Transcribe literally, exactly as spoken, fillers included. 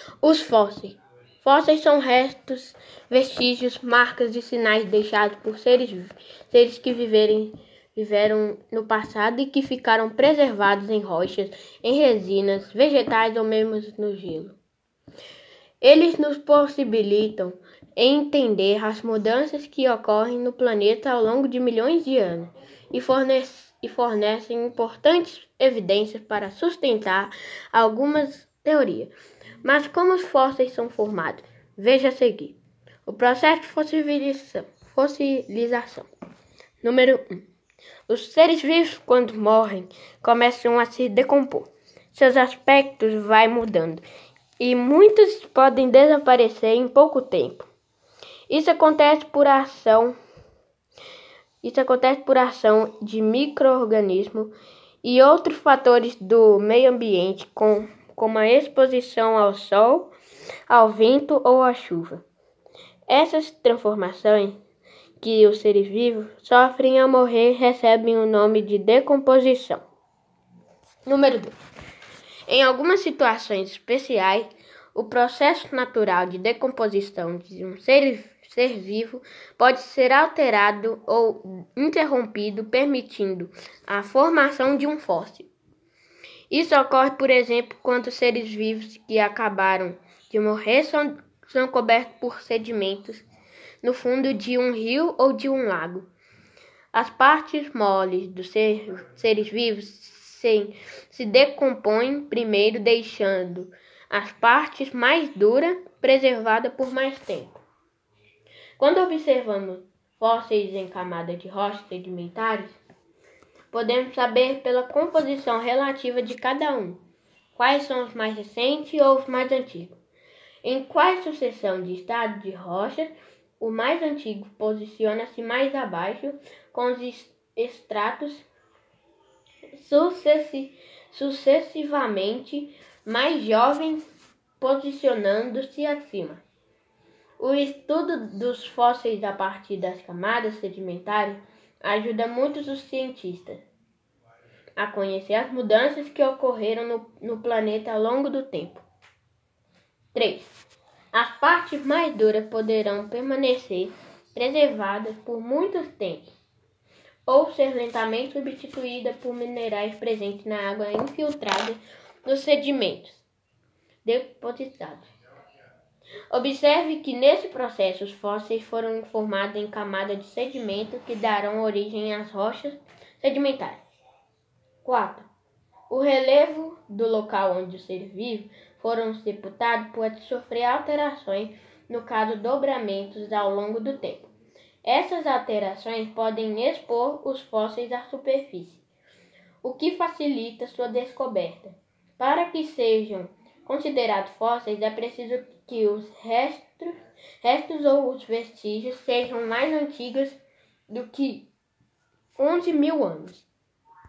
Os fósseis. Fósseis são restos, vestígios, marcas e sinais deixados por seres, seres que viverem, viveram no passado e que ficaram preservados em rochas, em resinas, vegetais ou mesmo no gelo. Eles nos possibilitam entender as mudanças que ocorrem no planeta ao longo de milhões de anos e, fornece, e fornecem importantes evidências para sustentar algumas teorias. Mas como os fósseis são formados? Veja a seguir. O processo de fossilização. fossilização. Número um. Os seres vivos, quando morrem, começam a se decompor. Seus aspectos vão mudando e muitos podem desaparecer em pouco tempo. Isso acontece por ação, isso acontece por ação de micro-organismos e outros fatores do meio ambiente, com, como a exposição ao sol, ao vento ou à chuva. Essas transformações que os seres vivos sofrem ao morrer recebem o nome de decomposição. Número dois. Em algumas situações especiais, o processo natural de decomposição de um ser, ser vivo pode ser alterado ou interrompido, permitindo a formação de um fóssil. Isso ocorre, por exemplo, quando seres vivos que acabaram de morrer são, são cobertos por sedimentos no fundo de um rio ou de um lago. As partes moles dos ser, seres vivos se, se decompõem primeiro, deixando as partes mais duras preservadas por mais tempo. Quando observamos fósseis em camadas de rochas sedimentares, podemos saber pela composição relativa de cada um quais são os mais recentes ou os mais antigos. Em qual sucessão de estados de rochas, o mais antigo posiciona-se mais abaixo, com os estratos sucessi- sucessivamente mais jovens posicionando-se acima. O estudo dos fósseis a partir das camadas sedimentares ajuda muitos os cientistas a conhecer as mudanças que ocorreram no, no planeta ao longo do tempo. três. As partes mais duras poderão permanecer preservadas por muito tempo ou ser lentamente substituídas por minerais presentes na água infiltrada nos sedimentos depositados. Observe que nesse processo os fósseis foram formados em camadas de sedimento que darão origem às rochas sedimentares. quatro. O relevo do local onde os seres vivos foram sepultados pode sofrer alterações, no caso dobramentos, ao longo do tempo. Essas alterações podem expor os fósseis à superfície, o que facilita sua descoberta. Para que sejam considerados fósseis, é preciso que os restos, restos ou os vestígios sejam mais antigos do que onze mil anos.